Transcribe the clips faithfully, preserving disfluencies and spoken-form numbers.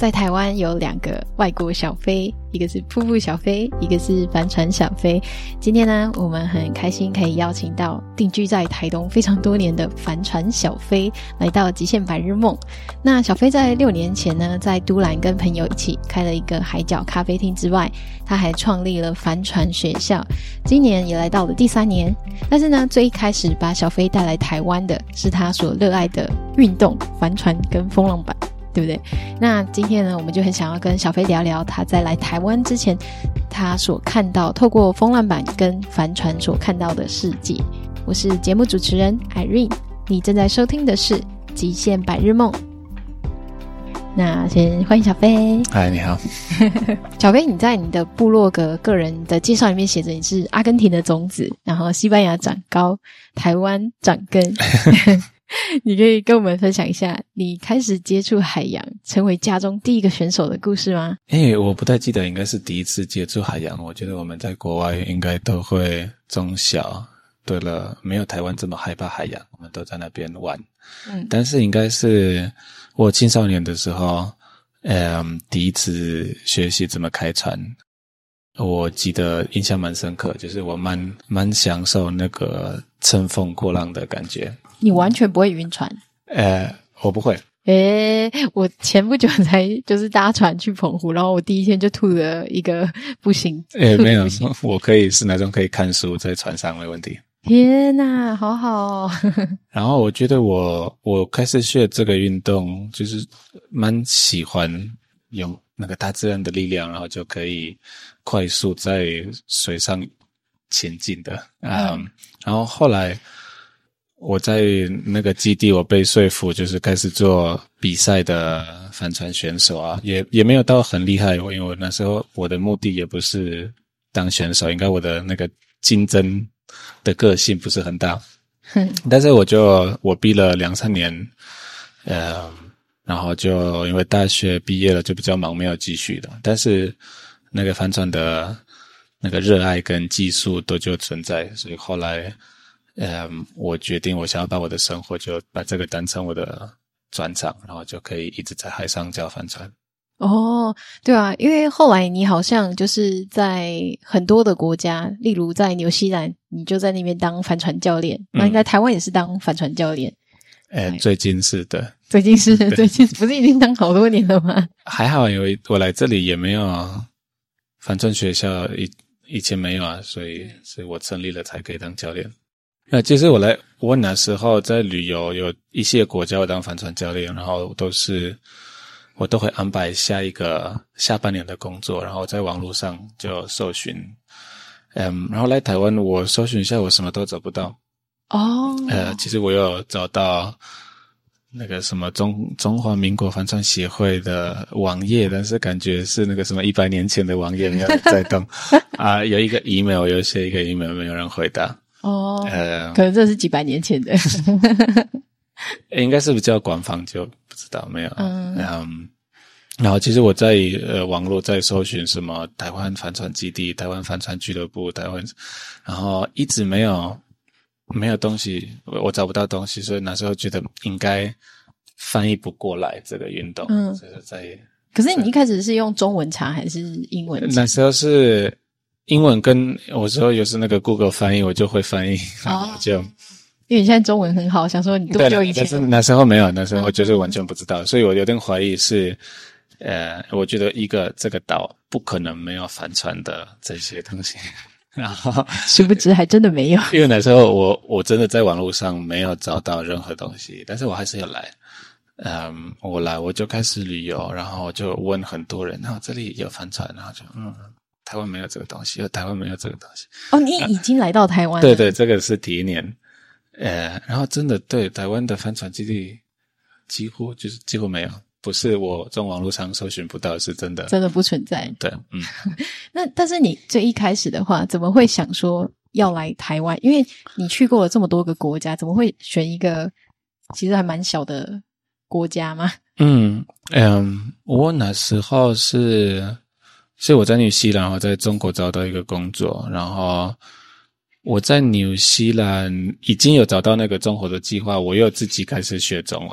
在台湾有两个外国小飞，一个是瀑布小飞，一个是帆船小飞。今天呢，我们很开心可以邀请到定居在台东非常多年的帆船小飞来到极限白日梦。那小飞在六年前呢，在都兰跟朋友一起开了一个海角咖啡厅之外，他还创立了帆船学校，今年也来到了第三年。但是呢，最一开始把小飞带来台湾的是他所热爱的运动帆船跟风浪板，对不对？那今天呢，我们就很想要跟小飞聊聊他在来台湾之前他所看到透过风浪板跟帆船所看到的世界。我是节目主持人 Irene， 你正在收听的是极限白日梦。那先欢迎小飞。 嗨，你好。 小飞，你在你的部落格个人的介绍里面写着你是阿根廷的种子，然后西班牙长高，台湾长根。你可以跟我们分享一下你开始接触海洋成为家中第一个选手的故事吗？ 因为我不太记得应该是第一次接触海洋，我觉得我们在国外应该都会从小对了，没有台湾这么害怕海洋，我们都在那边玩。嗯，但是应该是我青少年的时候嗯，第一次学习怎么开船，我记得印象蛮深刻，就是我蛮蛮享受那个乘风过浪的感觉。 你完全不会晕船？ 呃，我不会。 诶，我前不久才就是搭船去澎湖，然后我第一天就吐了一个不行。 诶，没有，我可以是那种可以看书在船上没问题。 天哪，好好哦。 然后我觉得我我开始学这个运动，就是蛮喜欢用那个大自然的力量，然后就可以快速在水上前进的。嗯，嗯然后后来我在那个基地，我被说服，就是开始做比赛的帆船选手啊，也也没有到很厉害，因为我那时候我的目的也不是当选手，应该我的那个竞争的个性不是很大。但是我就我逼了两三年，呃，然后就因为大学毕业了就比较忙，没有继续的。但是那个帆船的那个热爱跟技术都就存在，所以后来嗯，我决定我想要把我的生活就把这个当成我的专长，然后就可以一直在海上教帆船。 哦，对啊，因为后来你好像就是在很多的国家，例如在纽西兰，你就在那边当帆船教练，那应该台湾也是当帆船教练。 呃、嗯，最近是的。 最近是最近不是已经当好多年了吗？ 还好，因为我来这里也没有帆船学校，以以前没有啊，所以所以我成立了才可以当教练。那其实我来，我那时候在旅游，有一些国家我当帆船教练，然后都是我都会安排下一个下半年的工作，然后在网络上就搜寻，嗯，然后来台湾我搜寻一下，我什么都找不到。 哦， 呃，其实我有找到那个什么中中华民国帆船协会的网页，但是感觉是那个什么一百年前的网页，没有人在动啊。有一个 email， 有写一个 email， 没有人回答。 哦，呃，可能这是几百年前的。 应该是比较官方，就不知道没有。嗯，嗯然后其实我在呃网络在搜寻什么台湾帆船基地、台湾帆船俱乐部、台湾，然后一直没有没有东西，我我找不到东西，所以那时候觉得应该翻译不过来这个运动。嗯，所以在。 可是你一开始是用中文查还是英文查？ 那时候是英文，跟我说有时那个 Google 翻译，我就会翻译，然后就。 因为你现在中文很好，想说你多久以前？ 但是那时候没有，那时候我就是完全不知道，嗯、所以我有点怀疑是，呃，我觉得一个这个岛不可能没有帆船的这些东西，然后殊不知还真的没有。 因为那时候我我真的在网络上没有找到任何东西，但是我还是要来，嗯，我来我就开始旅游，然后就问很多人，然后这里有帆船，然后就嗯。台湾没有这个东西，台湾没有这个东西。 哦，你已经来到台湾了？ 对对，这个是第一年。呃，然后真的对台湾的帆船基地几乎就是几乎没有，不是我从网络上搜寻不到，是真的， 真的不存在。 对，嗯。 那但是你最一开始的话，怎么会想说要来台湾？因为你去过了这么多个国家，怎么会选一个其实还蛮小的国家吗？ 嗯嗯，我那时候是是我在纽西兰，我在中国找到一个工作，然后我在纽西兰已经有找到那个中国的计划，我又自己开始学中文，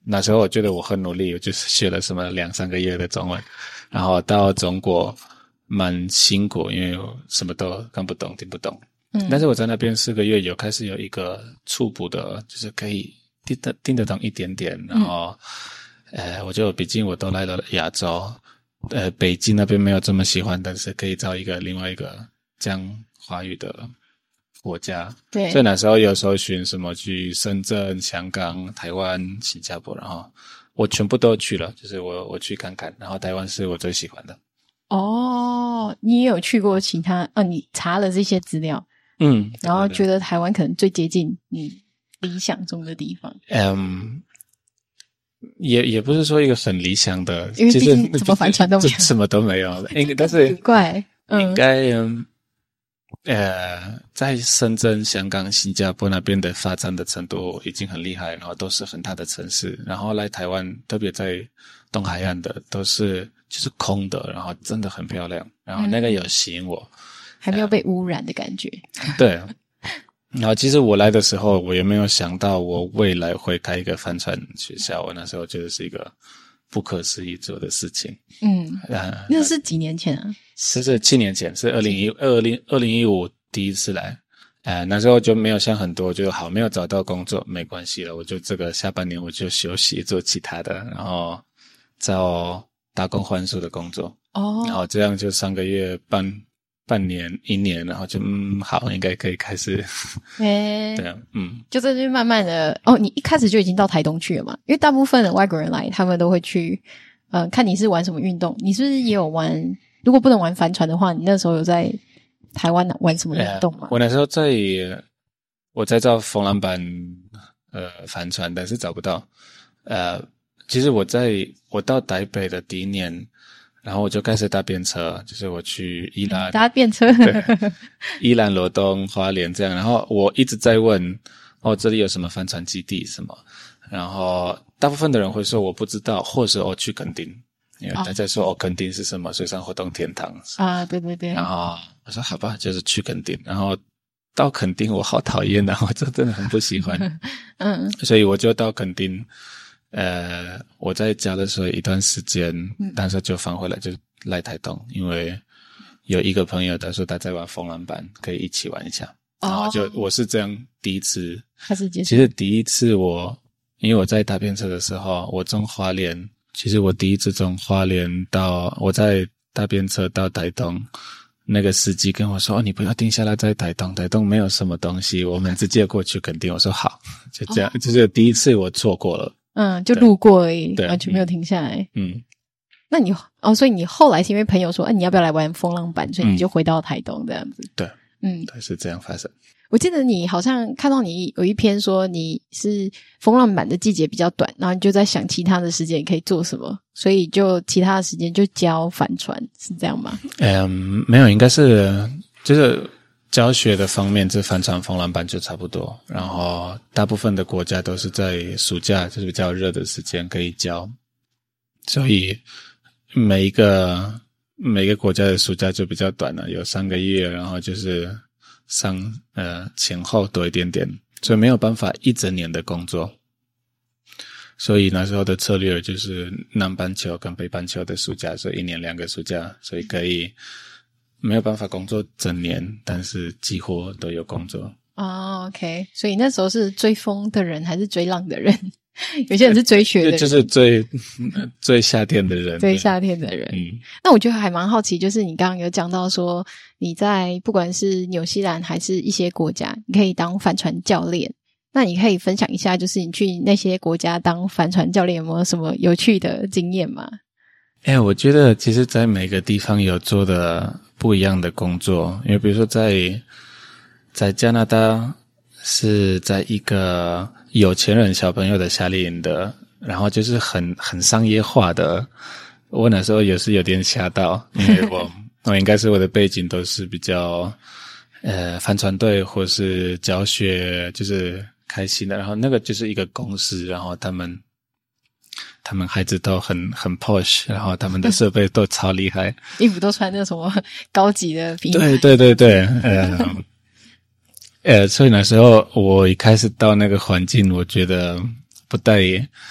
那时候我觉得我很努力，我就是学了什么两三个月的中文，然后到中国蛮辛苦，因为我什么都看不懂听不懂。嗯，但是我在那边四个月有开始有一个初步的，就是可以听得听得懂一点点，然后、嗯、呃，我就毕竟我都来了亚洲，呃，北京那边没有这么喜欢，但是可以找一个另外一个讲华语的国家。 对， 所以那时候有搜寻什么去深圳、香港、台湾、新加坡，然后我全部都去了，就是我我去看看，然后台湾是我最喜欢的。 哦，你也有去过其他？哦，你查了这些资料， 嗯， 然后觉得台湾可能最接近你理想中的地方。 嗯，也也不是说一个很理想的， 因为毕竟什么帆船都没有， 什么都没有。应但是怪，嗯， 应该嗯。呃，在深圳、香港、新加坡那边的发展的程度已经很厉害，然后都是很大的城市。然后来台湾，特别在东海岸的，都是就是空的，然后真的很漂亮。然后那个有吸引我，嗯、 还没有被污染的感觉。 呃、对。然后其实我来的时候，我也没有想到我未来会开一个帆船学校。我那时候觉得是一个不可思议做的事情。 嗯，呃、那是几年前啊？ 这是七年前，是二零一二零二零一五第一次来，呃，那时候就没有想很多，就好没有找到工作没关系了，我就这个下半年我就休息做其他的，然后找打工换宿的工作。哦，然后这样就三个月半半年一年，然后就嗯好，应该可以开始。 诶、欸， 对啊，嗯， 就在这慢慢的哦，你一开始就已经到台东去了嘛？因为大部分的外国人来，他们都会去，呃，看你是玩什么运动，你是不是也有玩？如果不能玩帆船的话，你那时候有在台湾玩什么运动吗？ yeah, 我那时候在我在找风浪板呃帆船，但是找不到。呃，其实我在我到台北的第一年，然后我就开始搭便车，就是我去宜兰搭便车， 对，宜兰、罗东、花莲这样。然后我一直在问，哦，这里有什么帆船基地什么？然后大部分的人会说我不知道，或是我去垦丁。因为大家说哦，垦丁是什么水上活动天堂啊？对对对。 然后我说好吧，就是去垦丁。然后到垦丁我好讨厌啊，我真的很不喜欢。嗯，所以我就到垦丁，呃，我在家的时候一段时间，但是就返回来就来台东，因为有一个朋友他说他在玩风浪板，可以一起玩一下。然后就我是这样第一次开始接触。 其实第一次我因为我在搭便车的时候，我从花莲。其实我第一次从花莲到我在搭便车到台东，那个司机跟我说：“哦，你不要停下来在台东，台东没有什么东西，我们直接过去垦丁。”我说好，就这样，哦、就是第一次我错过了， 嗯，就路过而已，完全没有停下来。嗯，那你哦，所以你后来是因为朋友说，哎、啊，你要不要来玩风浪板，所以你就回到台东这样子。 嗯、对，嗯，对，是这样发生。 我记得你好像看到你有一篇说你是风浪板的季节比较短，然后你就在想其他的时间可以做什么，所以就其他的时间就教帆船，是这样吗？ 嗯，没有，应该是就是教学的方面，这帆船、风浪板就差不多。然后大部分的国家都是在暑假，就是比较热的时间可以教，所以每一个每个国家的暑假就比较短了，有三个月，然后就是上呃前后多一点点，所以没有办法一整年的工作。所以那时候的策略就是南半球跟北半球的暑假，所以一年两个暑假，所以可以没有办法工作整年，但是几乎都有工作。 哦 OK， 所以那时候是追风的人还是追浪的人？有些人是追雪的人， 就是追追夏天的人， 追夏天的人。嗯，那我觉得还蛮好奇，就是你刚刚有讲到说你在不管是纽西兰还是一些国家，你可以当帆船教练。那你可以分享一下，就是你去那些国家当帆船教练有没有什么有趣的经验吗？ 哎，我觉得其实在每个地方有做的不一样的工作，因为比如说在在加拿大是在一个有钱人小朋友的夏令营的，然后就是很很商业化的。我那时候也是有点吓到，因为我我应该是我的背景都是比较呃帆船队或是教学，就是开心的。然后那个就是一个公司，然后他们他们孩子都很很 posh， 然后他们的设备都超厉害， 衣服都穿那什么高级的品牌。 对对对对，呃。呃，所以那时候我一开始到那个环境，我觉得不太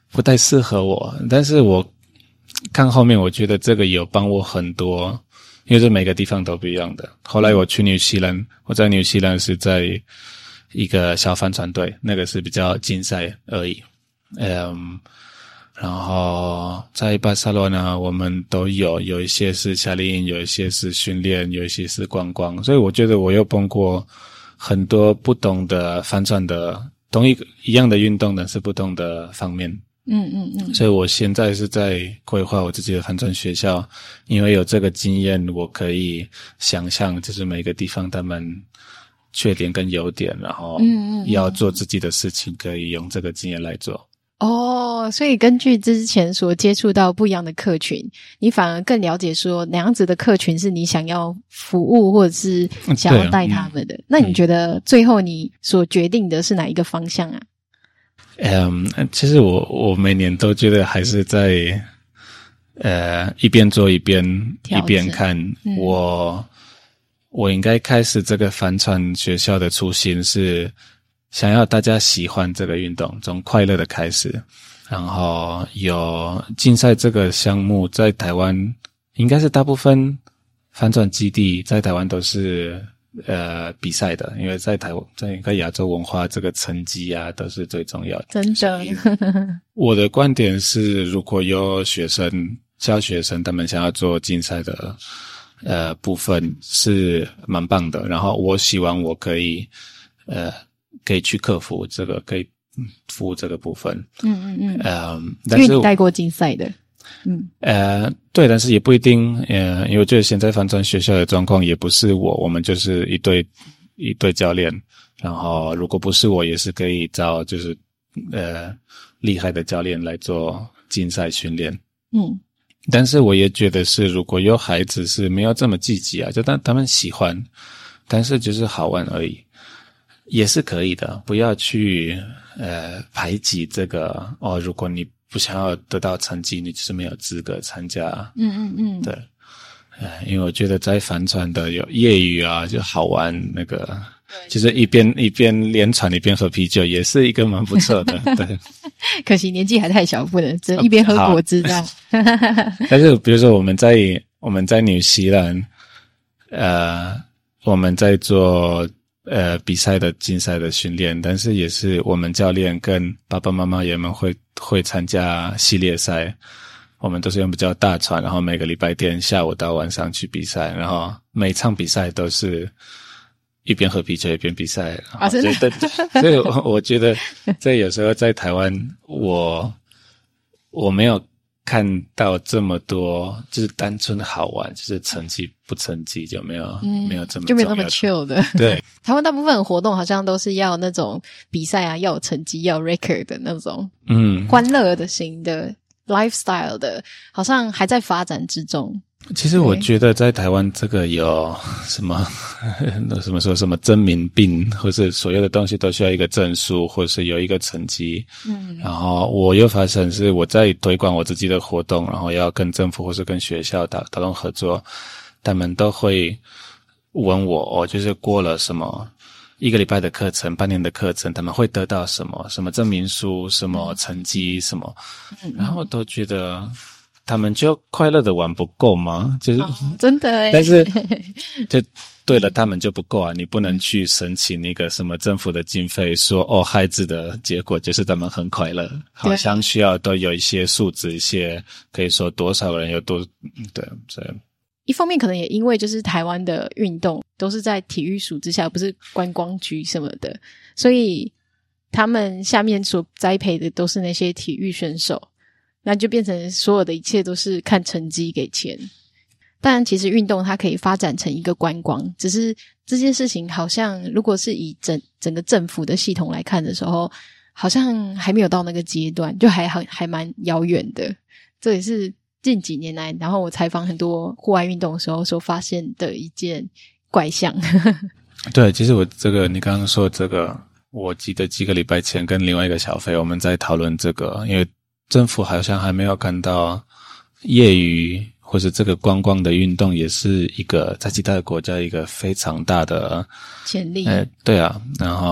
不太适合我。但是我看后面，我觉得这个有帮我很多，因为这每个地方都不一样的。后来我去纽西兰，我在纽西兰是在一个小帆船队，那个是比较竞赛而已。嗯，然后在巴塞罗那我们都有，有一些是夏令营，有一些是训练，有一些是观光，所以我觉得我又碰过很多不同的帆船的同一个一样的运动的是不同的方面。 嗯嗯嗯， 所以我现在是在规划我自己的帆船学校，因为有这个经验，我可以想象就是每个地方他们缺点跟优点，然后要做自己的事情，可以用这个经验来做。 哦，所以根据之前所接触到不一样的客群，你反而更了解说哪样子的客群是你想要服务或者是想要带他们的。嗯、那你觉得最后你所决定的是哪一个方向啊？ 嗯，其实我我每年都觉得还是在呃一边做一边一边看。嗯、我我应该开始这个帆船学校的初心是想要大家喜欢这个运动，从快乐的开始。然后有竞赛这个项目在台湾，应该是大部分帆船基地在台湾都是呃比赛的，因为在台湾在一个亚洲文化，这个成绩啊都是最重要的。 真的。 我的观点是，如果有学生教学生他们想要做竞赛的呃部分是蛮棒的，然后我希望我可以呃可以去克服这个，可以服务这个部分。 嗯嗯嗯。 呃，但是因为你带过竞赛的。嗯， 呃，对，但是也不一定，呃，因为我觉得现在帆船学校的状况也不是我，我们就是一对一对教练，然后如果不是我，也是可以找就是呃厉害的教练来做竞赛训练。 嗯， 但是我也觉得是，如果有孩子是没有这么积极啊，就当他们喜欢，但是就是好玩而已，也是可以的，不要去呃排挤这个哦，如果你不想要得到成绩，你就是没有资格参加。 嗯嗯嗯， 对，呃，因为我觉得在帆船的有业余啊，就好玩那个，就是一边一边练船一边喝啤酒，也是一个蛮不错的。对， 可惜年纪还太小，不能只能一边喝果汁这样。 但是比如说我们在我们在纽西兰，呃，我们在做呃比赛的竞赛的训练，但是也是我们教练跟爸爸妈妈也们会会参加系列赛。我们都是用比较大船，然后每个礼拜天下午到晚上去比赛，然后每场比赛都是一边喝啤酒一边比赛。 啊，真的。 对，所以我我觉得这有时候在台湾，我我没有看到这么多，就是单纯的好玩，就是成绩不成绩就没有、嗯、没有这么就没有那么 chill 的。 对， 台湾大部分的活动好像都是要那种比赛啊，要有成绩，要有 record 的那种，嗯，欢乐的型的 lifestyle 的，好像还在发展之中。 其实我觉得在台湾这个有什么什么说什么真名病，或是所有的东西都需要一个证书，或是有一个成绩。嗯，然后我又发现是我在推广我自己的活动，然后要跟政府或是跟学校打打动合作，他们都会问我，我、哦、就是过了什么一个礼拜的课程，半年的课程，他们会得到什么什么证明书，什么成绩什么，然后都觉得他们就快乐的玩不够吗？就是、哦、 真的耶， 但是就对了，他们就不够啊！你不能去申請那个什么政府的经费，说哦，孩子的结果就是他们很快乐，好像需要都有一些数字，一些可以说多少人有多对这样。 一方面可能也因为就是台湾的运动都是在体育署之下，不是观光局什么的，所以他们下面所栽培的都是那些体育选手。那就变成所有的一切都是看成绩给钱。当然其实运动它可以发展成一个观光，只是这件事情好像如果是以整整个政府的系统来看的时候，好像还没有到那个阶段，就还还还蛮遥远的。这也是近几年来，然后我采访很多户外运动的时候所发现的一件怪象。 对，其实我这个你刚刚说这个，我记得几个礼拜前跟另外一个小飞我们在讨论这个，因为政府好像还没有看到业余或是这个观光的运动也是一个在其他的国家一个非常大的潜力。 呃，对啊，然后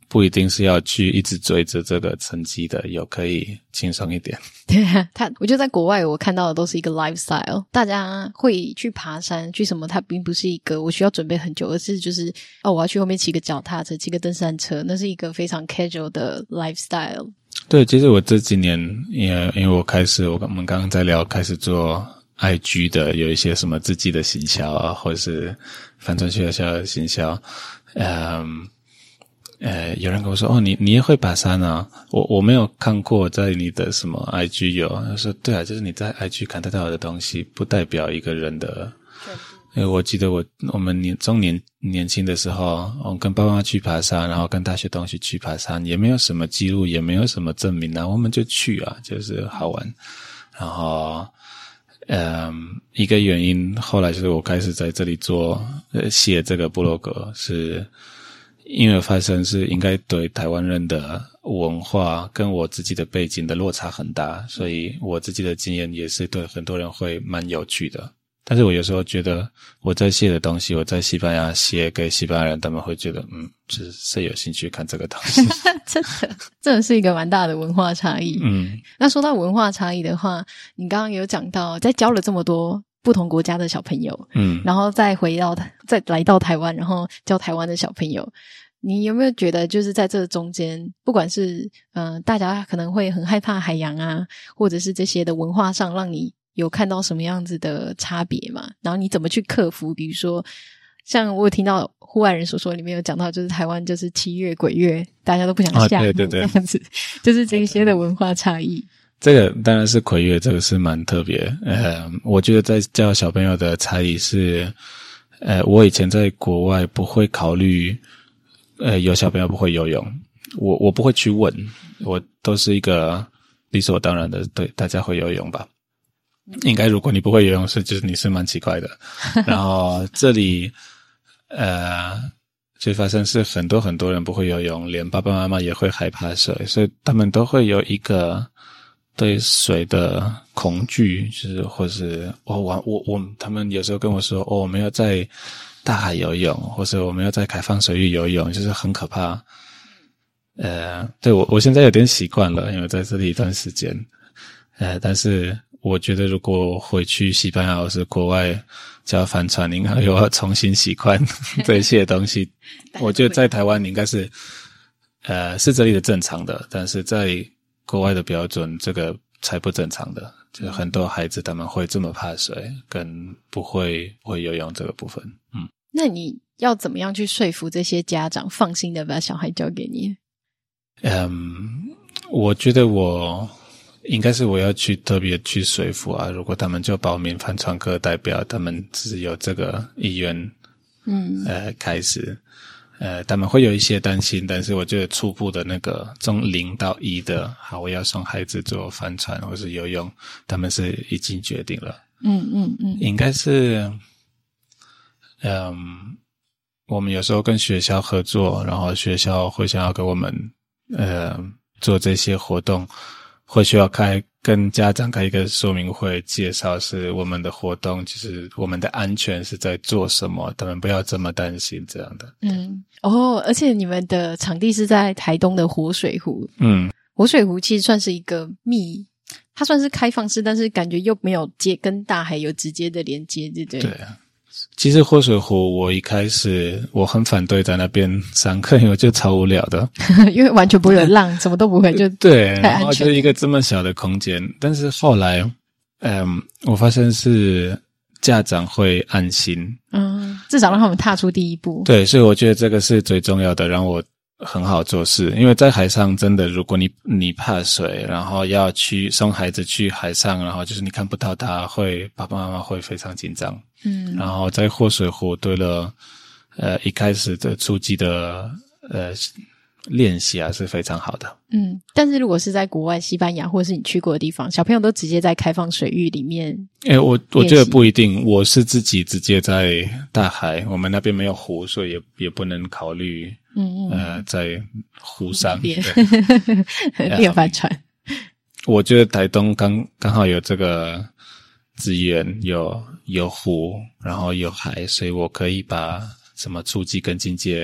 不一定是要去一直追着这个成绩的，有可以轻松一点。 对啊，他我觉得在国外我看到的都是一个 lifestyle， 大家会去爬山去什么，它并不是一个我需要准备很久，而是就是哦我要去后面骑个脚踏车骑个登山车，那是一个非常 casual 的 lifestyle。 对，其实我这几年因为因为我开始我们刚刚在聊开始做 I G 的，有一些什么自己的行销啊，或者是反传学校的行销，嗯呃，有人跟我说，哦，你你也会爬山啊？我我没有看过在你的什么 I G 有。他说，对啊，就是你在 I G 看得到的东西，不代表一个人的。因为我记得我我们年中年年轻的时候，我们跟爸妈去爬山，然后跟大学同学去爬山，也没有什么记录，也没有什么证明啊，我们就去啊，就是好玩。然后，嗯，一个原因，后来就是我开始在这里做呃写这个部落格是。因为发生是应该对台湾人的文化跟我自己的背景的落差很大，所以我自己的经验也是对很多人会蛮有趣的。但是我有时候觉得我在写的东西，我在西班牙写给西班牙人，他们会觉得嗯，就是谁有兴趣看这个东西。 真的真的是一个蛮大的文化差异。嗯，那说到文化差异的话，你刚刚有讲到在教了这么多不同国家的小朋友，嗯，然后再回到再来到台湾，然后教台湾的小朋友，你有没有觉得就是在这中间，不管是呃大家可能会很害怕海洋啊，或者是这些的文化上，让你有看到什么样子的差别吗？然后你怎么去克服？比如说像我有听到户外人所说里面有讲到，就是台湾就是七月鬼月，大家都不想下海，啊，对对对，这样子，就是这些的文化差异。 这个当然是鬼月，这个是蛮特别。呃，我觉得在教小朋友的差异是，呃，我以前在国外不会考虑，呃，有小朋友不会游泳，我我不会去问，我都是一个理所当然的，对，大家会游泳吧？应该如果你不会游泳是，就是你是蛮奇怪的。然后这里，呃，就发生是很多很多人不会游泳，连爸爸妈妈也会害怕水，所以他们都会有一个对水的恐惧，就是或是我我我我他们有时候跟我说，哦，我没有在大海游泳，或是我没有在开放水域游泳，就是很可怕。呃，对我我现在有点习惯了，因为在这里一段时间，呃，但是我觉得如果回去西班牙或是国外教帆船，应该又要重新习惯这些东西。我觉得在台湾应该是，呃，是这里的正常的，但是在国外的标准，这个才不正常的，就很多孩子他们会这么怕水，跟不会不会游泳这个部分。嗯， 那你要怎么样去说服这些家长放心的把小孩交给你？ 嗯，我觉得我应该是我要去特别去说服啊，如果他们就报名帆船课，代表他们只有这个意愿，嗯，呃，开始。呃，他们会有一些担心，但是我觉得初步的那个从零到一的，好，我要送孩子做帆船或是游泳，他们是已经决定了。嗯嗯嗯，应该是，嗯，我们有时候跟学校合作，然后学校会想要给我们，呃，做这些活动，会需要开跟家长开一个说明会，介绍是我们的活动，就是我们的安全是在做什么，他们不要这么担心这样的。 嗯，哦，而且你们的场地是在台东的活水湖。嗯，活水湖其实算是一个密，它算是开放式，但是感觉又没有接跟大海有直接的连接，对不对？ 对啊。其实活水湖我一开始我很反对在那边上课，因为我觉得超无聊的。 因为完全不会有浪，什么都不会，就对，然后就一个这么小的空间。但是后来嗯，我发现是家长会安心， 嗯，至少让他们踏出第一步。 对，所以我觉得这个是最重要的，让我很好做事。因为在海上真的，如果你你怕水，然后要去送孩子去海上，然后就是你看不到他，会爸爸妈妈会非常紧张。嗯，然后在活水湖对了，呃，一开始的初级的呃练习啊是非常好的。 嗯，但是如果是在国外，西班牙或是你去过的地方，小朋友都直接在开放水域里面。 诶，我我觉得不一定，我是自己直接在大海，我们那边没有湖，所以也也不能考虑。嗯嗯，呃，在湖上练练帆船。 我觉得台东刚刚好有这个资源，有有湖，然后有海，所以我可以把什么初级跟进阶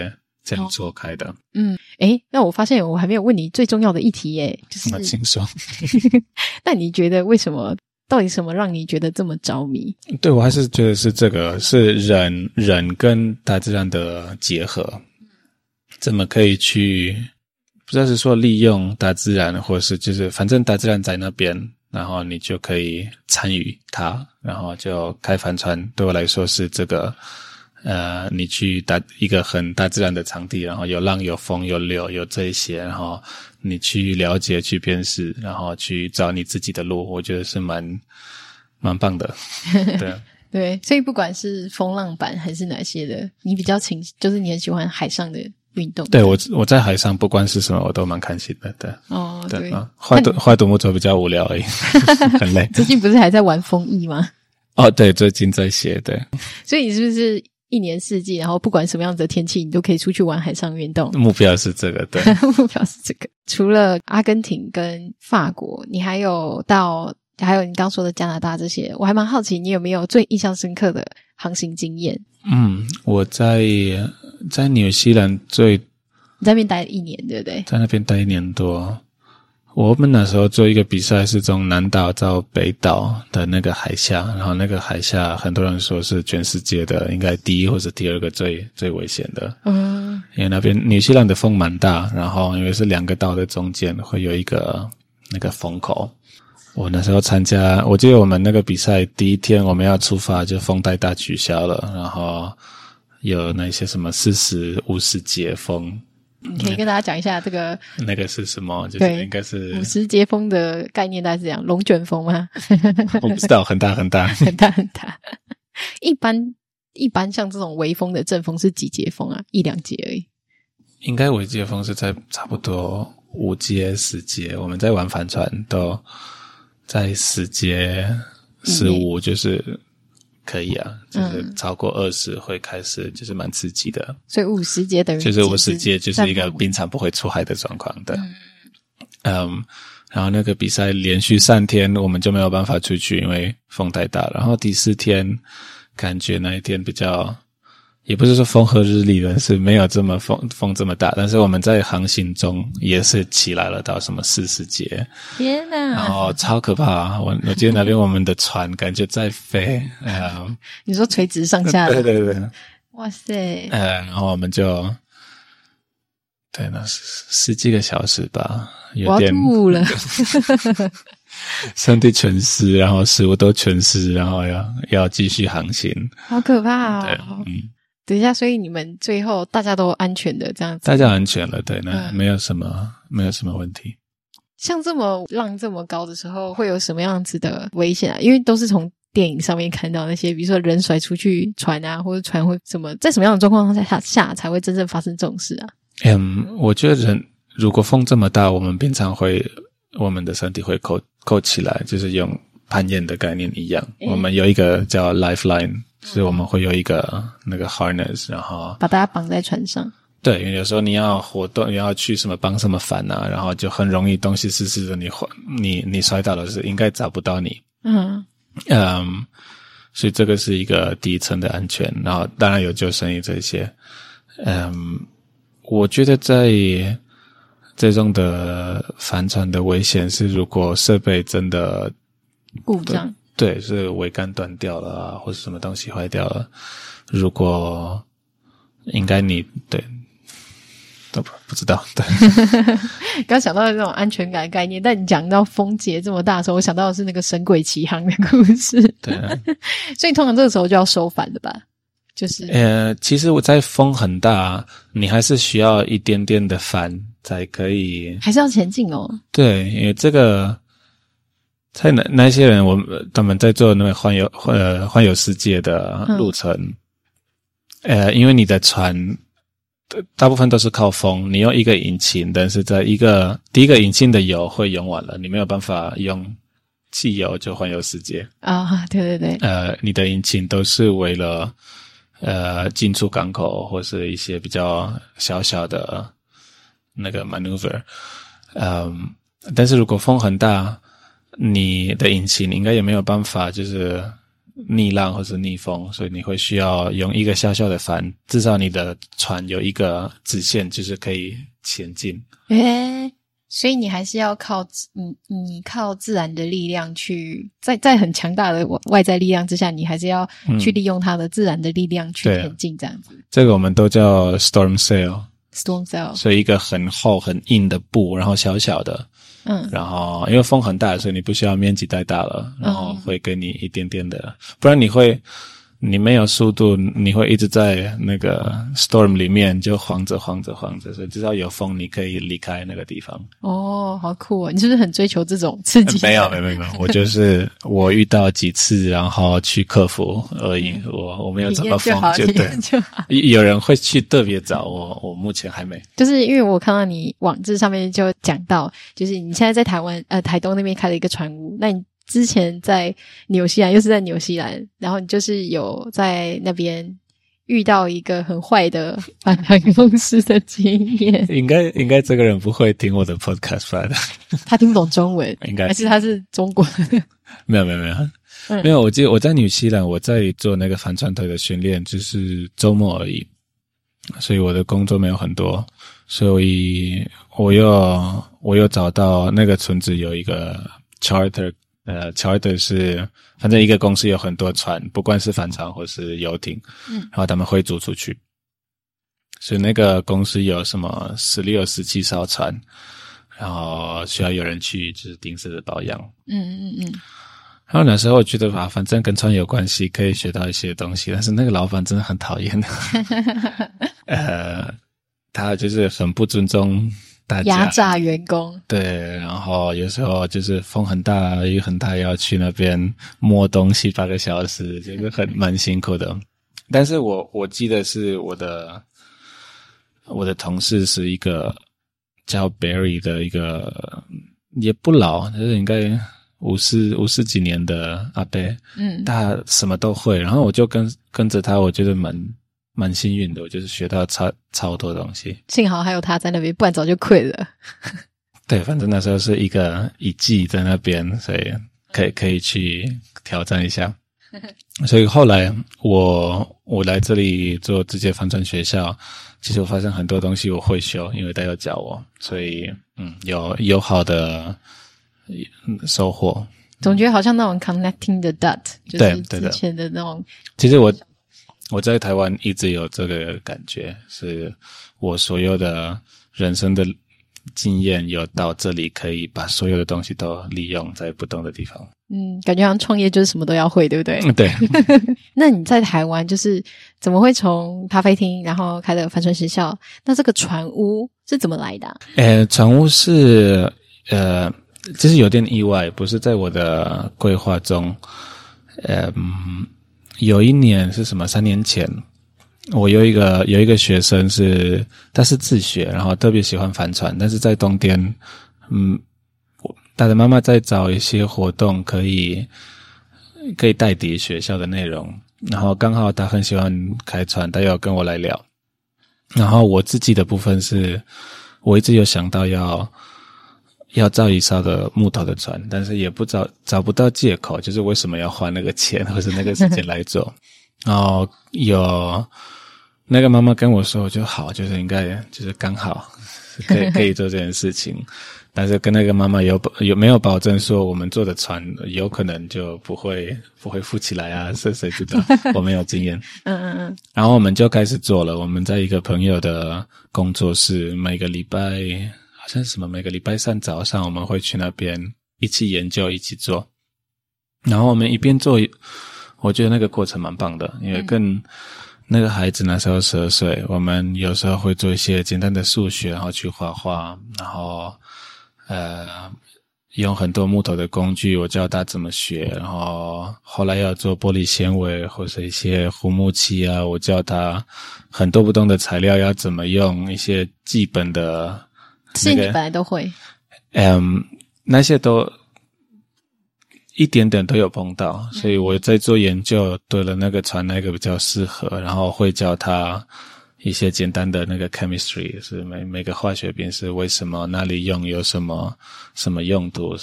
这样做开的。 哦、嗯，诶，那我发现我还没有问你最重要的一题耶，就是那请说。 那你觉得为什么？到底什么让你觉得这么着迷？ 对，我还是觉得是这个，是人人跟大自然的结合，怎么可以去，不知道是说利用大自然，或是就是反正大自然在那边，然后你就可以参与它，然后就开帆船。对我来说是这个，呃，你去大一个很大自然的场地，然后有浪有风有流有这一些，然后你去了解去辨识，然后去找你自己的路，我觉得是蛮蛮棒的。对对，所以不管是风浪板还是哪些的，你比较倾就是你很喜欢海上的运动。 对，我我在海上不管是什么我都蛮开心的。对哦，对啊，画独画独木舟比较无聊而已。很累。 最近不是还在玩风翼吗？ 哦，对，最近在写。对， 所以你是不是一年四季，然后不管什么样子的天气，你都可以出去玩海上运动？ 目标是这个。对。 目标是这个。除了阿根廷跟法国，你还有到还有你刚说的加拿大这些，我还蛮好奇你有没有最印象深刻的航行经验？ 嗯，我在在纽西兰最你在那边待了一年，对不对？ 在那边待一年多。我们那时候做一个比赛，是从南岛到北岛的那个海峡，然后那个海峡很多人说是全世界的应该第一或者第二个最最危险的。嗯，因为那边纽西兰的风蛮大，然后因为是两个岛的中间会有一个那个风口。我那时候参加，我记得我们那个比赛第一天我们要出发就风太大取消了，然后有那些什么四十五十节风。 你可以跟大家讲一下这个那个是什么？就是应该是五十节风的概念，大概是这样，龙卷风吗？ 我不知道，很大很大， 很大很大。一般一般像这种微风的阵风是几节风啊？一两节而已。 应该微节风是在差不多五节十节，我们在玩帆船都在十节十五，就是可以啊，就是超过二十会开始就是蛮刺激的。 所以五十节等于就是五十节就是一个平常不会出海的状况的。嗯, 嗯，然后那个比赛连续三天我们就没有办法出去，因为风太大。然后第四天感觉那一天比较，也不是说风和日丽的，是没有这么风风这么大，但是我们在航行中也是起来了到什么四十节。 天哪！ 然后超可怕，我我记得那边我们的船感觉在飞。嗯， 你说垂直上下？ 对对对。 哇塞！ 呃，然后我们就对那十十几个小时吧，有点我要吐了。 身体全湿，然后食物都全湿，然后要要继续航行， 好可怕哦！ 对，嗯， 等一下，所以你们最后大家都安全的这样子？ 大家安全了，对，那没有什么、嗯、没有什么问题。 像这么浪这么高的时候，会有什么样子的危险啊？因为都是从电影上面看到那些，比如说人甩出去船啊，或者船会什么，在什么样的状况下下才会真正发生这种事啊？ 嗯，我觉得人如果风这么大，我们平常会我们的身体会扣扣起来，就是用攀岩的概念一样。嗯、我们有一个叫 lifeline， 所以我们会有一个那个 harness， 然后把大家绑在船上。对， 因为有时候你要活动，你要去什么帮什么帆啊，然后就很容易东西湿湿的，你你你摔倒了是应该找不到你。嗯嗯，所以这个是一个第一层的安全，然后当然有救生衣这些。嗯，我觉得在这种的帆船的危险是，如果设备真的故障， 对，是桅杆断掉了啊，或者什么东西坏掉了，如果应该你对。都不不知道，对。 刚想到这种安全感的概念，但你讲到风节这么大的时候，我想到的是那个《神鬼奇航》的故事。 对、啊， 所以通常这个时候就要收帆了吧？就是呃，其实我在风很大，你还是需要一点点的帆才可以， 还是要前进哦。 对，因为这个在那那些人，我们他们在做那个环游呃环游世界的路程，嗯、呃，因为你的船。大部分都是靠风，你用一个引擎，但是在一个第一个引擎的油会用完了，你没有办法用汽油就环游世界啊！对对对， 呃，你的引擎都是为了呃进出港口或是一些比较小小的那个 maneuver， 嗯，但是如果风很大，你的引擎应该也没有办法就是逆浪或是逆风，所以你会需要用一个小小的帆，至少你的船有一个直线，就是可以前进。 诶，所以你还是要靠你你靠自然的力量去，在在很强大的外在力量之下，你还是要去利用它的自然的力量去前进，这样子。 这个我们都叫 storm sail。storm sail， 所以一个很厚很硬的布，然后小小的。嗯，然后因为风很大，所以你不需要面积太大了，然后会给你一点点的，嗯、不然你会你没有速度，你会一直在那个 storm 里面就晃着晃着晃着，所以至少有风你可以离开那个地方。 哦，好酷哦！你是不是很追求这种刺激？ 没有没有没有，我就是我遇到几次，然后去克服而已。嗯、我我没有找到风，就对。有人会去特别找我，我目前还没。 就是因为我看到你网志上面就讲到，就是你现在在台湾呃台东那边开了一个船屋，那你之前在纽西兰又是在纽西兰，然后你就是有在那边遇到一个很坏的反船公司的经验。 应该应该这个人不会听我的 podcast 吧？ 他听不懂中文， 应该还是他是中国人？ 没有没有没有。嗯、没有，我记得我在纽西兰，我在做那个帆船队的训练，就是周末而已，所以我的工作没有很多，所以我又我又找到那个村子有一个 charter， 呃 charter 是反正一个公司有很多船，不管是帆船或是游艇，嗯，然后他们会租出去，所以那个公司有什么十六、十七艘船，然后需要有人去就是定时的保养，嗯嗯嗯。然后那时候我觉得吧，反正跟船有关系，可以学到一些东西。但是那个老板真的很讨厌，呃，他就是很不尊重大家， 压榨员工。 对，然后有时候就是风很大，雨很大，要去那边摸东西八个小时，就是很蛮辛苦的。但是我我记得是我的我的同事是一个叫 Barry 的一个也不老，就是应该五十五十几年的阿伯，嗯，他什么都会，然后我就跟跟着他，我觉得蛮蛮幸运的，我就是学到超超多东西。 幸好还有他在那边，不然早就溃了。 对，反正那时候是一个一季在那边，所以可以可以去挑战一下。所以后来我我来这里做直接帆船学校，其实我发现很多东西我会修，因为他有教我，所以嗯，有有好的收获。 总觉得好像那种 connecting the dot， 就是之前的那种。 其实我我在台湾一直有这个感觉，是我所有的人生的经验有到这里，可以把所有的东西都利用在不同的地方。 嗯，感觉好像创业就是什么都要会，对不对？ 嗯，对。 那你在台湾就是怎么会从咖啡厅然后开了帆船学校？那这个船屋是怎么来的啊？ 呃，船屋是呃其实有点意外，不是在我的规划中。呃嗯，有一年是什么？三年前，我有一个有一个学生是他是自学，然后特别喜欢帆船，但是在冬天，嗯，他的妈妈在找一些活动可以可以代替学校的内容，然后刚好他很喜欢开船，他有跟我来聊。然后我自己的部分是，我一直有想到要要造一艘的木头的船，但是也不找找不到借口，就是为什么要花那个钱或者那个时间来做。然后有那个妈妈跟我说，就好，就是应该就是刚好可以可以做这件事情。但是跟那个妈妈有有没有保证说我们做的船有可能就不会不会浮起来啊？是谁知道？我没有经验。嗯嗯嗯。然后我们就开始做了。我们在一个朋友的工作室，每个礼拜好像什么，每个礼拜三早上我们会去那边一起研究，一起做。然后我们一边做，我觉得那个过程蛮棒的，因为跟那个孩子那时候十二岁，我们有时候会做一些简单的数学，然后去画画，然后。呃，用很多木头的工具，我教他怎么学，然后后来要做玻璃纤维或是一些护木漆啊，我教他很多不同的材料要怎么用，一些基本的、那个。 是你本来都会？ 嗯，那些都一点点都有碰到，所以我在做研究，对了那个船那个比较适合，然后会教他。一些简单的那个 chemistry 是每每个化学品是为什么哪里用有什么什么用途什么，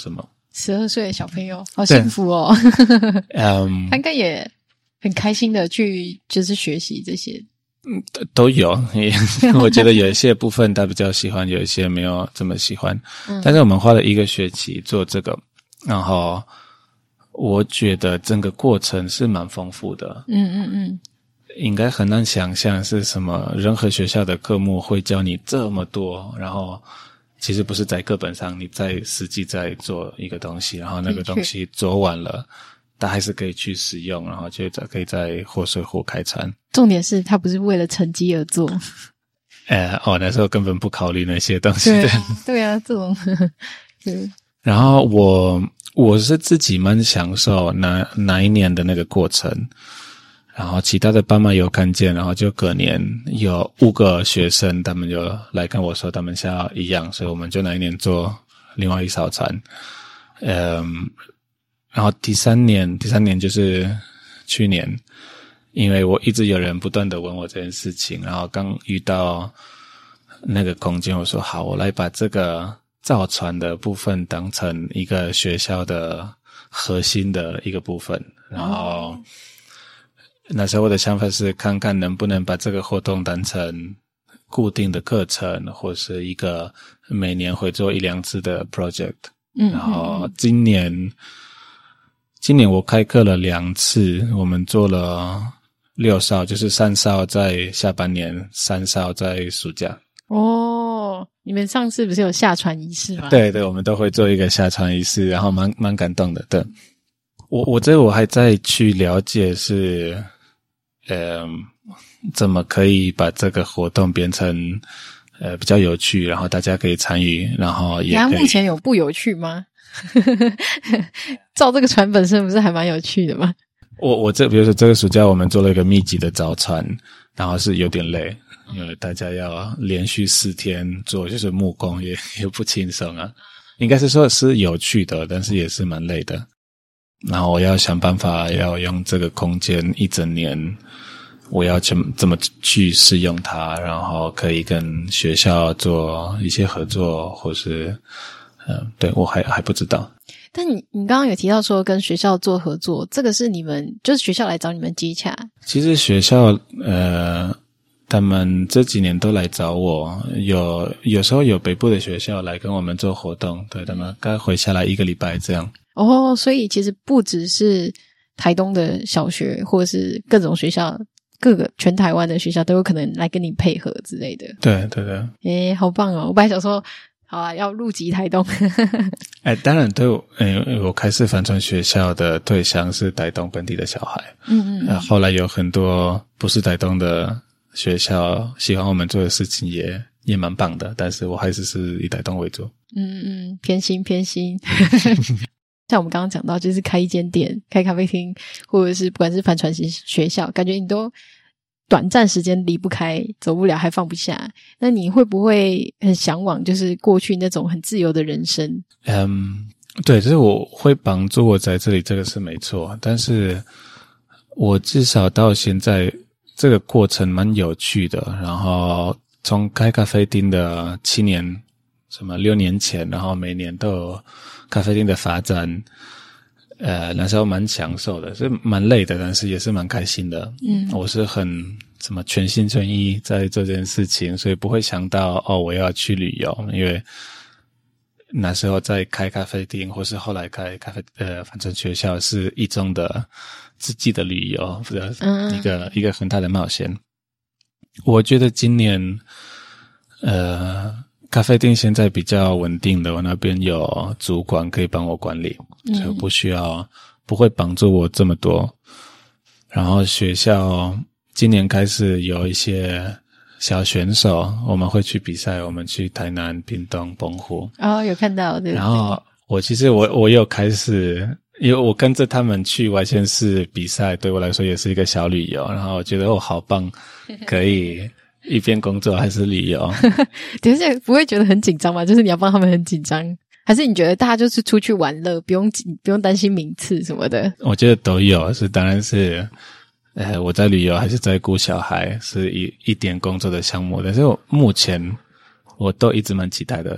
十二岁的小朋友好幸福哦。嗯，他应该也很开心的去就是学习这些。 嗯，都有。我觉得有一些部分他比较喜欢，有一些没有这么喜欢。嗯，但是我们花了一个学期做这个，然后我觉得整个过程是蛮丰富的。嗯嗯嗯，应该很难想象是什么任何学校的科目会教你这么多，然后其实不是在课本上，你在实际在做一个东西，然后那个东西做完了，它还是可以去使用，然后就可以在活水湖开餐。 重点是它不是为了成绩而做。 呃，哦，那时候根本不考虑那些东西的。 对啊，对啊，这种。对。 然后我我是自己蛮享受哪哪一年的那个过程，然后其他的爸妈有看见，然后就隔年有五个学生，他们就来跟我说他们想要一样，所以我们就那一年做另外一艘船。嗯，然后第三年，第三年就是去年，因为我一直有人不断的问我这件事情，然后刚遇到那个空间，我说好，我来把这个造船的部分当成一个学校的核心的一个部分，然后那时候我的想法是看看能不能把这个活动当成固定的课程，或是一个每年会做一两次的 project。嗯，然后今年今年我开课了两次，我们做了六艘，就是三艘在下半年，三艘在暑假。 哦，你们上次不是有下船仪式吗？ 对对，我们都会做一个下船仪式，然后蛮蛮感动的。对，我我这我还在去了解是，呃，怎么可以把这个活动变成呃比较有趣，然后大家可以参与，然后也可以。 然后目前有不有趣吗？造这个船本身不是还蛮有趣的吗？ 我我这比如说这个暑假我们做了一个密集的造船，然后是有点累，因为大家要连续四天做，就是木工也也不轻松啊。应该是说是有趣的，但是也是蛮累的。然后我要想办法要用这个空间一整年，我要怎怎么去使用它，然后可以跟学校做一些合作，或是嗯，对，我还还不知道。 但你你刚刚有提到说跟学校做合作，这个是你们就是学校来找你们接洽？ 其实学校呃他们这几年都来找我，有有时候有北部的学校来跟我们做活动，对，他们刚回下来一个礼拜这样。 哦，所以其实不只是台东的小学，或者是各种学校，各个全台湾的学校都有可能来跟你配合之类的。 对对对。 诶，好棒哦！我本来想说好啊，要入籍台东。 哎，当然对我，嗯，我开始帆船学校的对象是台东本地的小孩。嗯嗯。呃，后来有很多不是台东的学校喜欢我们做的事情也，也蛮棒的，但是我还是是以台东为主。 嗯嗯，偏心偏心。像我们刚刚讲到，就是开一间店、开咖啡厅，或者是不管是帆船学校，感觉你都短暂时间离不开，走不了还放不下。那你会不会很向往就是过去那种很自由的人生？ 嗯，对，就是我会帮助我在这里，这个是没错，但是我至少到现在这个过程蛮有趣的，然后从开咖啡厅的七年什么六年前，然后每年都有咖啡厅的发展，呃，那时候蛮享受的，是蛮累的，但是也是蛮开心的。嗯，我是很什么全心全意在做这件事情，所以不会想到哦，我要去旅游，因为那时候在开咖啡厅，或是后来开咖啡呃，反正学校是一种的自己的旅游，不是一个、嗯、一个很大的冒险。我觉得今年呃。咖啡店现在比较稳定的，我那边有主管可以帮我管理，嗯、所以不需要不会帮助我这么多。然后学校今年开始有一些小选手，我们会去比赛，我们去台南、屏东、澎湖。 哦，有看到，对。 然后我其实我我有开始，因为我跟着他们去外县市比赛，对我来说也是一个小旅游。然后我觉得我好棒，可以。一边工作还是旅游？ 等一下不会觉得很紧张吗？就是你要帮他们很紧张，还是你觉得大家就是出去玩乐，不用不用担心名次什么的？ 我觉得都有，是当然是，呃，我在旅游还是在顾小孩，是一一点工作的项目，但是我目前我都一直蛮期待的，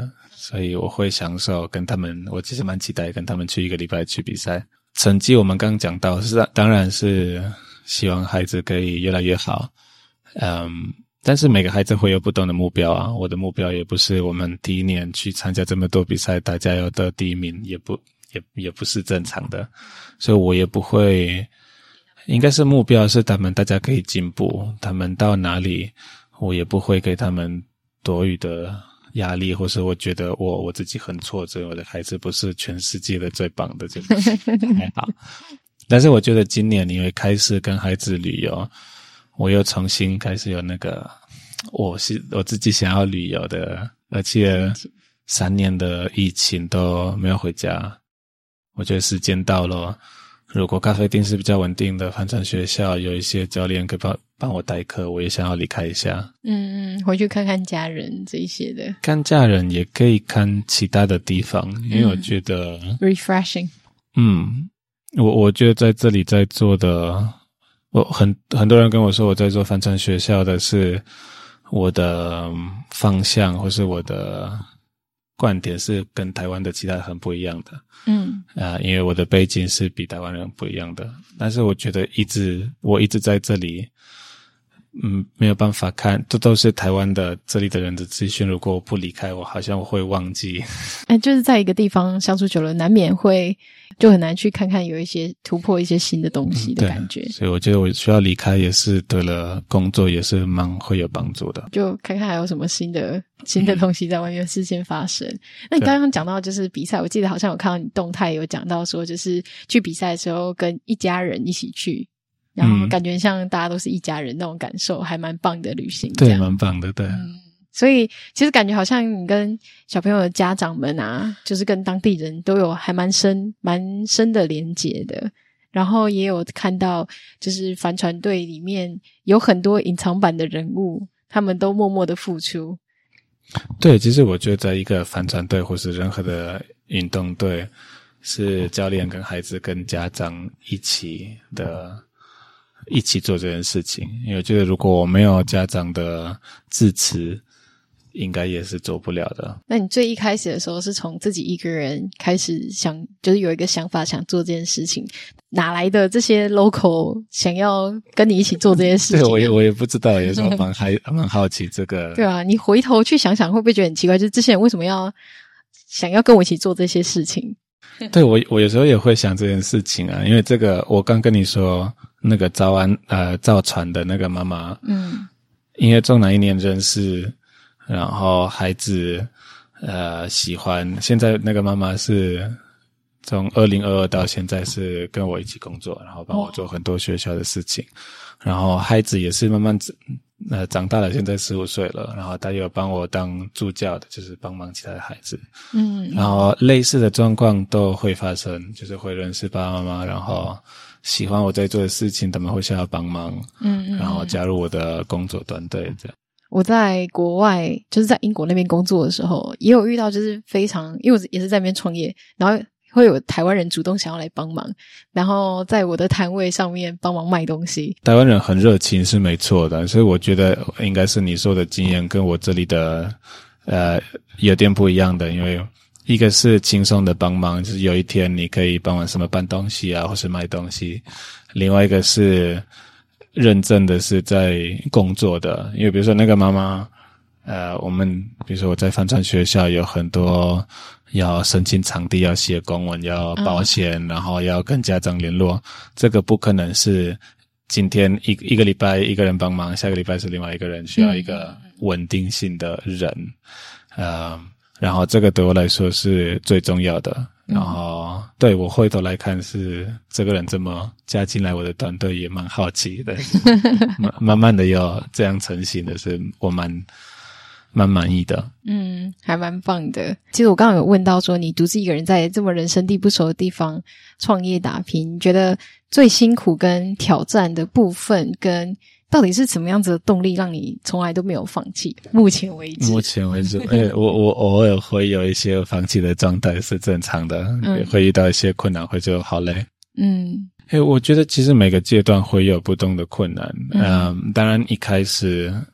所以我会享受跟他们，我其实蛮期待跟他们去一个礼拜去比赛。成绩我们刚刚讲到，是当然是希望孩子可以越来越好，嗯，但是每个孩子会有不同的目标啊。我的目标也不是我们第一年去参加这么多比赛，大家要得第一名，也不也也不是正常的，所以我也不会，应该是目标是他们大家可以进步，他们到哪里，我也不会给他们多余的压力，或是我觉得我我自己很挫折，我的孩子不是全世界的最棒的，就还好。但是我觉得今年因为开始跟孩子旅游，我又重新开始有那个我是我自己想要旅游的，而且三年的疫情都没有回家，我觉得时间到了。如果咖啡厅是比较稳定的，帆船学校有一些教练可以帮帮我代课，我也想要离开一下。 嗯嗯，回去看看家人这一些的。 看家人也可以看其他的地方，因为我觉得、 嗯、refreshing。 嗯，我我觉得在这里在做的，我很很多人跟我说我在做帆船学校的是我的方向或是我的观点是跟台湾的其他很不一样的。嗯，啊、呃，因为我的背景是比台湾人不一样的，但是我觉得一直我一直在这里，嗯，没有办法看，这都是台湾的这里的人的资讯。如果我不离开，我好像我会忘记。 哎，就是在一个地方相处久了，难免会就很难去看看有一些突破一些新的东西的感觉。嗯、 所以我觉得我需要离开，也是对了工作也是蛮会有帮助的。 就看看还有什么新的新的东西在外面事先发生。嗯、那你刚刚讲到就是比赛，我记得好像有看到你动态有讲到说，就是去比赛的时候跟一家人一起去。然后感觉像大家都是一家人那种感受，还蛮棒的旅行。 对，蛮棒的，对。 嗯，所以其实感觉好像你跟小朋友的家长们啊，就是跟当地人都有还蛮深蛮深的连结的。然后也有看到就是帆船队里面有很多隐藏版的人物，他们都默默的付出。 对，其实我觉得在一个帆船队或是任何的运动队，是教练跟孩子跟家长一起的一起做这件事情，因为我觉得如果我没有家长的支持，应该也是做不了的。 那你最一开始的时候是从自己一个人开始想，就是有一个想法想做这件事情，哪来的这些 local 想要跟你一起做这件事情、啊？ 对，我也我也不知道，有时候蛮还蛮好奇这个。 对啊，你回头去想想，会不会觉得很奇怪？就是这些人为什么要想要跟我一起做这些事情？ 对，我我有时候也会想这件事情啊，因为这个我刚跟你说那个造安呃造船的那个妈妈，嗯，因为从哪一年认识，然后孩子呃喜欢，现在那个妈妈是从二零二二到现在是跟我一起工作，然后帮我做很多学校的事情，然后孩子也是慢慢呃长大了，现在十五岁了，然后他有帮我当助教的，就是帮忙其他的孩子。嗯，然后类似的状况都会发生，就是会认识爸爸妈妈，然后喜欢我在做的事情，他们会想要帮忙，嗯嗯，然后加入我的工作团队这样。 我在国外就是在英国那边工作的时候，也有遇到就是非常，因为我也是在那边创业，然后会有台湾人主动想要来帮忙，然后在我的摊位上面帮忙卖东西。 台湾人很热情是没错的，所以我觉得应该是你说的经验跟我这里的呃有点不一样的，因为一个是轻松的帮忙，就是有一天你可以帮忙什么搬东西啊或是卖东西，另外一个是认真的是在工作的，因为比如说那个妈妈呃我们比如说我在帆船学校有很多要申请场地，要写公文，要保险、嗯、然后要跟家长联络，这个不可能是今天一一个礼拜一个人帮忙，下个礼拜是另外一个人，需要一个稳定性的人、嗯、呃，然后这个对我来说是最重要的，然后、嗯、对我回头来看是这个人这么加进来我的团队也蛮好奇的慢慢的有这样成型的是我蛮蛮满意的。 嗯，还蛮棒的。其实我刚刚有问到说你独自一个人在这么人生地不熟的地方创业打拼，你觉得最辛苦跟挑战的部分跟到底是什么样子的动力让你从来都没有放弃目前为止？ 目前为止欸、我我偶尔会有一些放弃的状态是正常的、嗯、会遇到一些困难会就好累。嗯，欸、我觉得其实每个阶段会有不同的困难。嗯，嗯当然一开始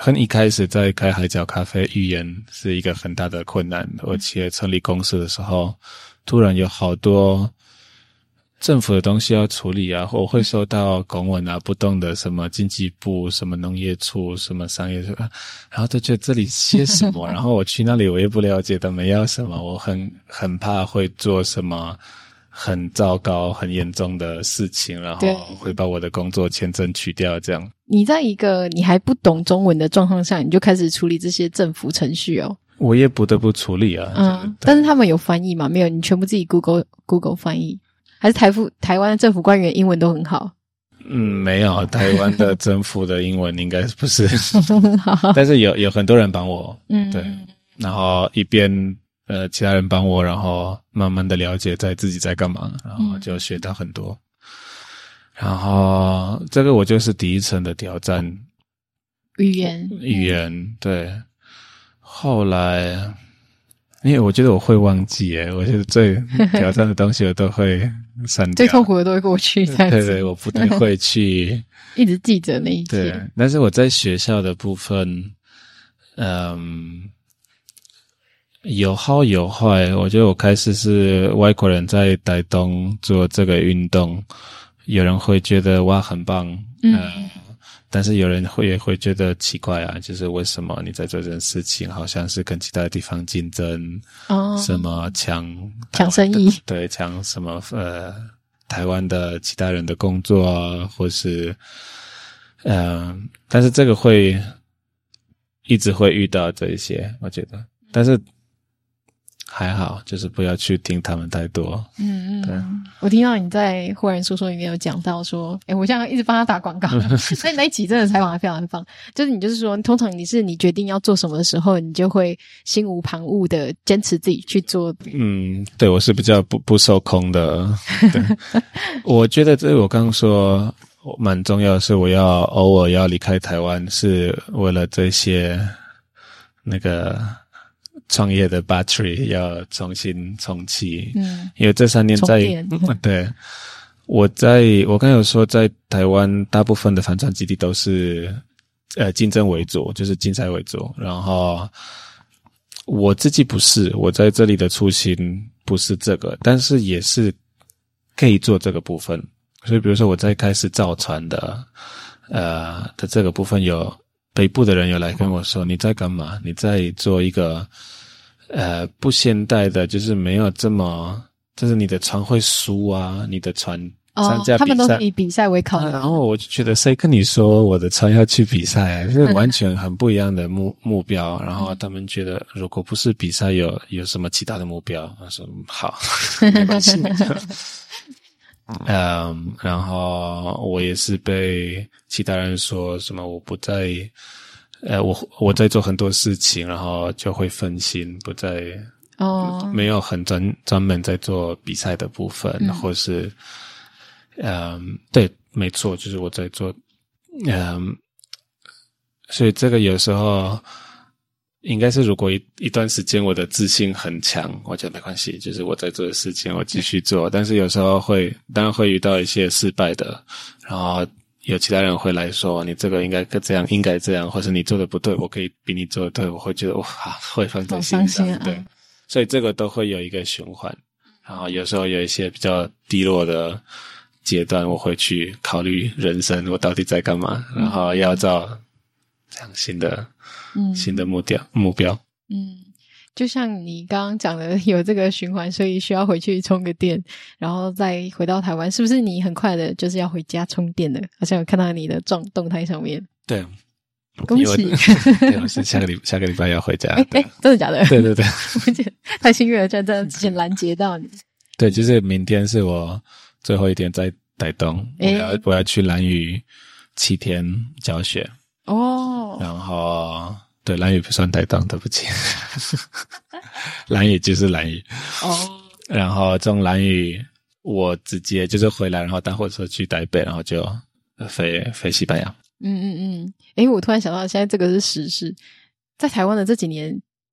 很一开始在开海角咖啡，语言是一个很大的困难，而且成立公司的时候，突然有好多政府的东西要处理啊，我会收到公文啊，不动的什么经济部、什么农业处、什么商业处，然后就觉得这里写什么，然后我去那里我也不了解他们要什么，我很很怕会做什么很糟糕、很严重的事情，然后会把我的工作签证取掉这样。 你在一个你还不懂中文的状况下，你就开始处理这些政府程序哦？ 我也不得不处理啊。 嗯，但是他们有翻译吗？没有，你全部自己 Google Google 翻译。还是台府台湾的政府官员英文都很好？ 嗯，没有，台湾的政府的英文应该不是很好，但是有有很多人帮我，嗯，对，然后一边呃其他人帮我，然后慢慢的了解在自己在干嘛，然后就学到很多。嗯、然后这个我就是第一层的挑战， 语言， 语言，对。后来。因为我觉得我会忘记耶，我觉得最挑战的东西我都会删掉， 最痛苦的都会过去这样子。 对对，我不太会去一直记着那一切。 对，但是我在学校的部分，嗯，有好有坏。我觉得我开始是外国人在台东做这个运动，有人会觉得哇很棒，嗯。呃但是有人会也会觉得奇怪啊，就是为什么你在做这件事情，好像是跟其他的地方竞争，哦，什么抢抢生意， 对，抢什么呃台湾的其他人的工作啊，或是嗯、呃，但是这个会一直会遇到这一些，我觉得，但是还好，就是不要去听他们太多。嗯嗯，对。 我听到你在忽然说说里面有讲到说，诶，我现在一直帮他打广告，所以那一集真的采访还非常的棒。就是你就是说，通常你是你决定要做什么的时候，你就会心无旁骛的坚持自己去做。 嗯，对，我是比较不不受控的。对，我觉得这我刚刚说蛮重要的是，我要偶尔要离开台湾，是为了这些那个。创业的 battery 要重新重启，嗯，因为这三年在，嗯、对，我在我刚有说，在台湾大部分的帆船基地都是呃竞争为主，就是竞赛为主，然后我自己不是，我在这里的初心不是这个，但是也是可以做这个部分，所以比如说我在开始造船的呃的这个部分有。北部的人有来跟我说，你在干嘛？你在做一个呃不现代的，就是没有这么，就是你的船会输啊，你的船参加比赛， 哦，他们都是以比赛为考量，啊。 然后我就觉得，谁跟你说我的船要去比赛啊？是完全很不一样的目目标。然后他们觉得，如果不是比赛，有有什么其他的目标？我说好，没关系。嗯，然后我也是被其他人说什么我不在，呃，我我在做很多事情，然后就会分心，不在哦，没有很专专门在做比赛的部分，嗯、或是嗯，对，没错，就是我在做，嗯，所以这个有时候。应该是如果一一段时间我的自信很强，我觉得没关系，就是我在做的事情我继续做，但是有时候会当然会遇到一些失败的，然后有其他人会来说你这个应该这样应该这样，或是你做的不对，我可以比你做的对，我会觉得哇会放在心上，啊、对，所以这个都会有一个循环，然后有时候有一些比较低落的阶段，我会去考虑人生我到底在干嘛，然后要找这样新的嗯，新的目标目标， 嗯，就像你刚刚讲的，有这个循环，所以需要回去充个电，然后再回到台湾，是不是你很快的就是要回家充电的？好像有看到你的状动态上面。 对， 恭喜！ 对，我是下个礼下个礼拜要回家。 哎哎，真的假的？ 对对对， 太幸运了，在这之前拦截到你。 对，就是明天是我最后一天在台东，我要我要去兰屿七天教学。哦，然后对兰屿不算台东，对不起，兰屿就是兰屿哦。然后从兰屿我直接就是回来，然后搭火车去台北，然后就飞飞西班牙。 嗯嗯嗯，诶，我突然想到，现在这个是时事，在台湾的这几年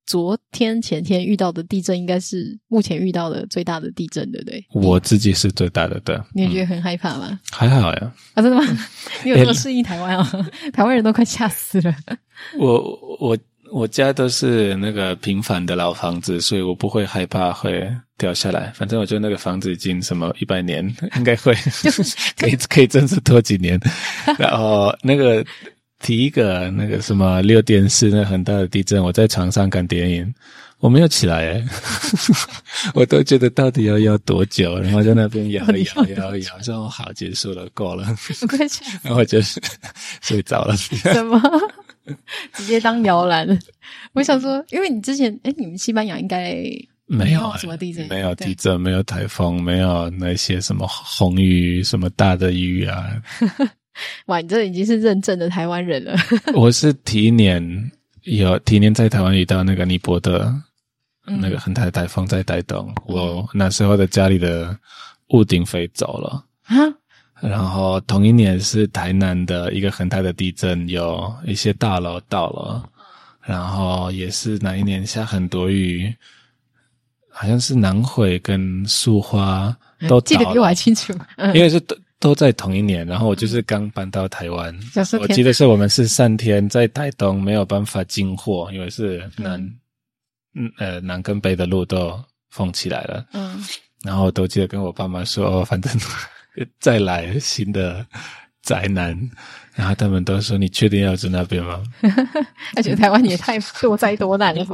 昨天前天遇到的地震应该是目前遇到的最大的地震，对不对？ 我自己是最大的，对。 你也觉得很害怕吗？ 嗯、还好呀。 啊，真的吗？你有这么适应台湾啊？欸、台湾人都快吓死了。 我我我家都是那个平房的老房子，所以我不会害怕会掉下来。反正我觉得那个房子已经什么一百年，应该会可以可以真是多几年。然后那个第一个那个什么六点四那很大的地震，我在床上看电影，我没有起来耶。我都觉得到底要要多久，然后在那边摇一摇摇一摇，说好结束了，够了，然后我就睡着了。 什么？直接当摇篮？我想说，因为你之前诶你们西班牙应该没有什么地震， 没有地震，没有台风，没有那些什么红雨，什么大的雨啊。 哇，你这已经是认证的台湾人了。我是提年有提年在台湾遇到那个尼泊的那个很大的台风在台东，嗯、我那时候的家里的屋顶飞走了啊。然后同一年是台南的一个很大的地震，有一些大楼倒了，然后也是那一年下很多雨，好像是南回跟树花都倒了， 记得比我还清楚，嗯、 因为是都都在同一年，然后我就是刚搬到台湾，嗯、我记得是我们是三天在台东没有办法进货，因为是南嗯呃南跟北的路都封起来了，嗯，然后我都记得跟我爸妈说，哦，反正再来新的灾难，然后他们都说你确定要住那边吗？ 而且台湾也太多灾多难了吧。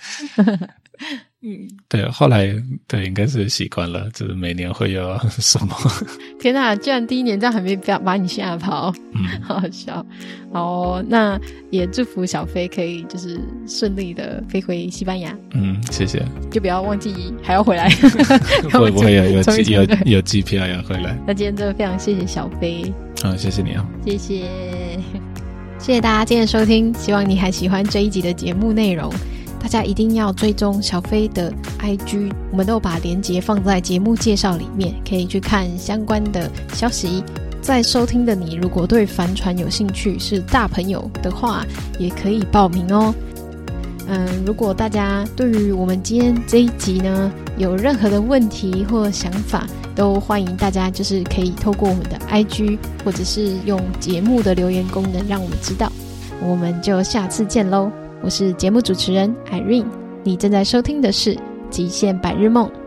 嗯，对，后来对应该是习惯了，就是每年会有什么。 天哪，居然第一年这样还没把你吓跑，嗯，好好笑。好，那也祝福小飞可以就是顺利的飞回西班牙。嗯， 谢谢。 就不要忘记还要回来。 会不会有有机有有机票要回来？ 那今天真的非常谢谢小飞。 好，谢谢你啊， 谢谢，谢谢大家今天的收听，希望你还喜欢这一集的节目内容。大家一定要追踪小飞的 I G， 我们都把连结放在节目介绍里面，可以去看相关的消息。在收听的你，如果对帆船有兴趣，是大朋友的话，也可以报名哦。嗯，如果大家对于我们今天这一集呢，有任何的问题或想法，都欢迎大家就是可以透过我们的 I G， 或者是用节目的留言功能让我们知道。我们就下次见咯。我是节目主持人 Irene， 你正在收听的是极限白日梦。